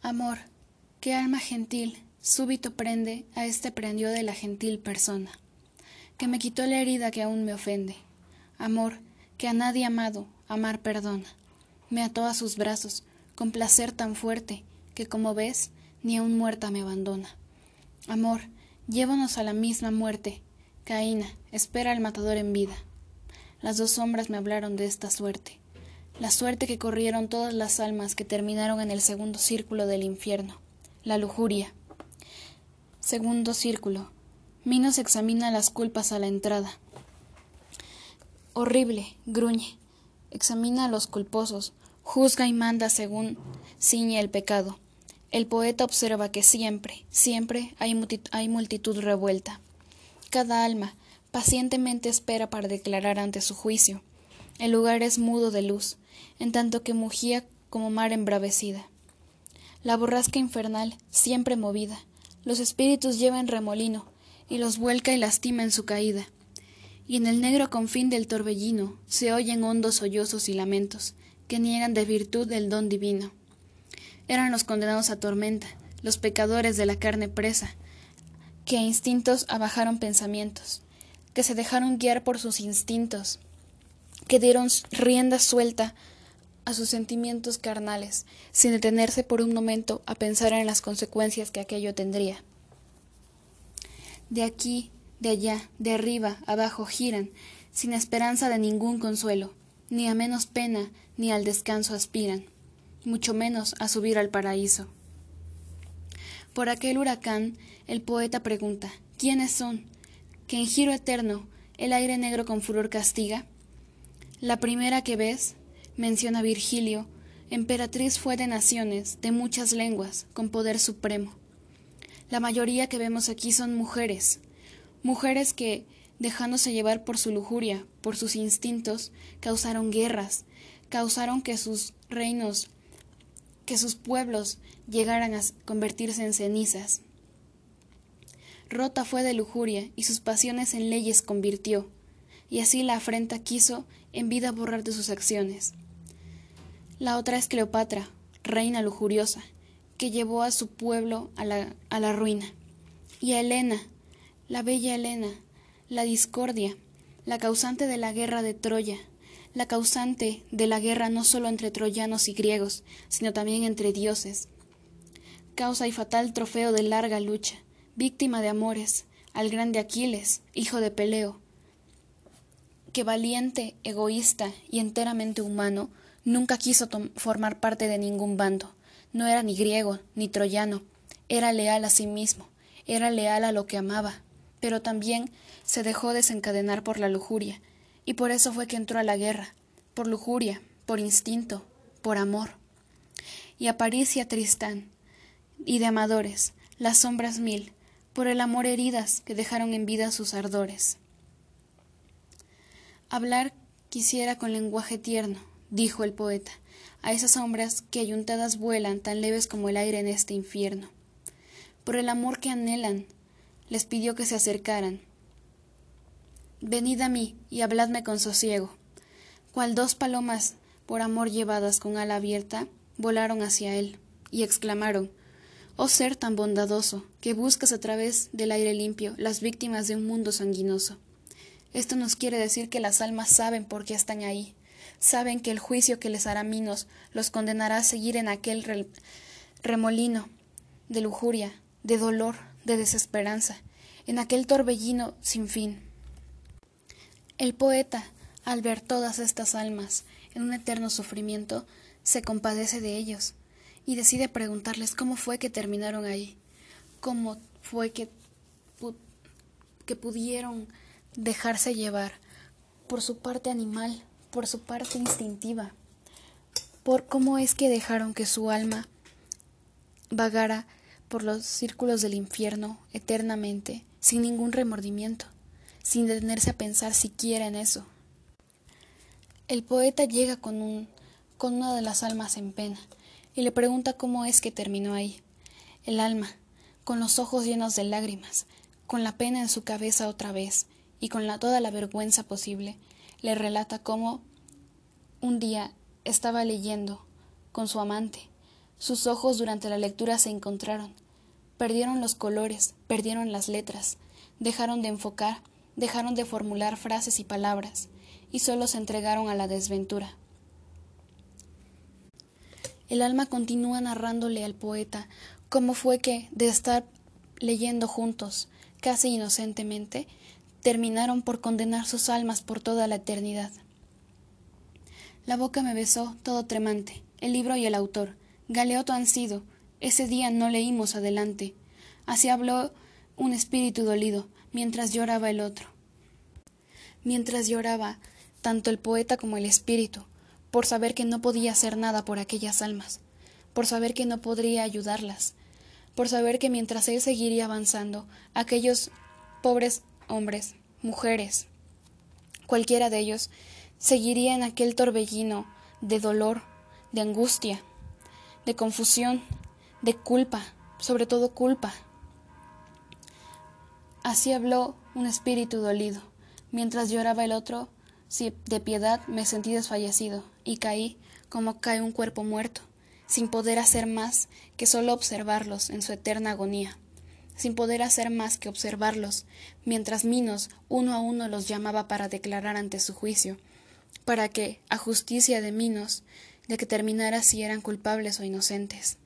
Amor, qué alma gentil, súbito prende a este prendió de la gentil persona, que me quitó la herida que aún me ofende. Amor, que a nadie amado, amar perdona, me ató a sus brazos, con placer tan fuerte, que como ves, ni aun muerta me abandona. Amor, llévanos a la misma muerte, Caína, espera al matador en vida. Las dos sombras me hablaron de esta suerte, la suerte que corrieron todas las almas que terminaron en el segundo círculo del infierno, la lujuria. Segundo círculo. Minos examina las culpas a la entrada. Horrible, gruñe. Examina a los culposos, juzga y manda según ciñe el pecado. El poeta observa que siempre, siempre hay multitud revuelta. Cada alma pacientemente espera para declarar ante su juicio. El lugar es mudo de luz, en tanto que mugía como mar embravecida. La borrasca infernal, siempre movida, los espíritus lleva en remolino, y los vuelca y lastima en su caída. Y en el negro confín del torbellino se oyen hondos sollozos y lamentos, que niegan de virtud el don divino. Eran los condenados a tormenta, los pecadores de la carne presa, que a instintos abajaron pensamientos, que se dejaron guiar por sus instintos, que dieron rienda suelta a sus sentimientos carnales, sin detenerse por un momento a pensar en las consecuencias que aquello tendría. De aquí, de allá, de arriba, abajo giran, sin esperanza de ningún consuelo, ni a menos pena, ni al descanso aspiran, mucho menos a subir al paraíso. Por aquel huracán, el poeta pregunta, ¿quiénes son? ¿Que en giro eterno el aire negro con furor castiga? La primera que ves, menciona Virgilio, emperatriz fue de naciones, de muchas lenguas, con poder supremo. La mayoría que vemos aquí son mujeres, mujeres que, dejándose llevar por su lujuria, por sus instintos, causaron guerras, causaron que sus reinos, que sus pueblos llegaran a convertirse en cenizas. Rota fue de lujuria y sus pasiones en leyes convirtió, y así la afrenta quiso en vida borrar de sus acciones. La otra es Cleopatra, reina lujuriosa, que llevó a su pueblo a la ruina. Y a Helena, la bella Helena, la discordia, la causante de la guerra de Troya, la causante de la guerra no solo entre troyanos y griegos, sino también entre dioses. Causa y fatal trofeo de larga lucha, víctima de amores, al grande Aquiles, hijo de Peleo, que valiente, egoísta y enteramente humano, nunca quiso formar parte de ningún bando. No era ni griego ni troyano, era leal a sí mismo, era leal a lo que amaba, pero también se dejó desencadenar por la lujuria, y por eso fue que entró a la guerra, por lujuria, por instinto, por amor. Y a París y a Tristán, y de amadores, las sombras mil, por el amor heridas que dejaron en vida sus ardores. Hablar quisiera con lenguaje tierno, dijo el poeta, a esas sombras que ayuntadas vuelan tan leves como el aire en este infierno. Por el amor que anhelan, les pidió que se acercaran. Venid a mí y habladme con sosiego. Cual dos palomas, por amor llevadas con ala abierta, volaron hacia él, y exclamaron, «Oh ser tan bondadoso, que buscas a través del aire limpio las víctimas de un mundo sanguinoso». Esto nos quiere decir que las almas saben por qué están ahí, saben que el juicio que les hará Minos los condenará a seguir en aquel remolino de lujuria, de dolor, de desesperanza, en aquel torbellino sin fin. El poeta, al ver todas estas almas en un eterno sufrimiento, se compadece de ellos y decide preguntarles cómo fue que terminaron ahí, cómo fue que pudieron dejarse llevar por su parte animal, por su parte instintiva, por cómo es que dejaron que su alma vagara por los círculos del infierno eternamente, sin ningún remordimiento, sin detenerse a pensar siquiera en eso. El poeta llega con una de las almas en pena y le pregunta cómo es que terminó ahí. El alma, con los ojos llenos de lágrimas, con la pena en su cabeza otra vez y con toda la vergüenza posible, le relata cómo un día estaba leyendo con su amante, Sus ojos durante la lectura se encontraron. Perdieron los colores, perdieron las letras, dejaron de enfocar, dejaron de formular frases y palabras, y solo se entregaron a la desventura. El alma continúa narrándole al poeta cómo fue que, de estar leyendo juntos, casi inocentemente, terminaron por condenar sus almas por toda la eternidad. La boca me besó, todo tremante, el libro y el autor. Galeoto han sido, ese día no leímos adelante. Así habló un espíritu dolido, mientras lloraba el otro. Mientras lloraba, tanto el poeta como el espíritu, por saber que no podía hacer nada por aquellas almas, por saber que no podría ayudarlas, por saber que mientras él seguiría avanzando, aquellos pobres hombres, mujeres, cualquiera de ellos, seguiría en aquel torbellino de dolor, de angustia, de confusión, de culpa, sobre todo culpa. Así habló un espíritu dolido. Mientras lloraba el otro, de piedad me sentí desfallecido y caí como cae un cuerpo muerto, sin poder hacer más que solo observarlos en su eterna agonía, sin poder hacer más que observarlos, mientras Minos uno a uno los llamaba para declarar ante su juicio, para que, a justicia de Minos, determinara si eran culpables o inocentes.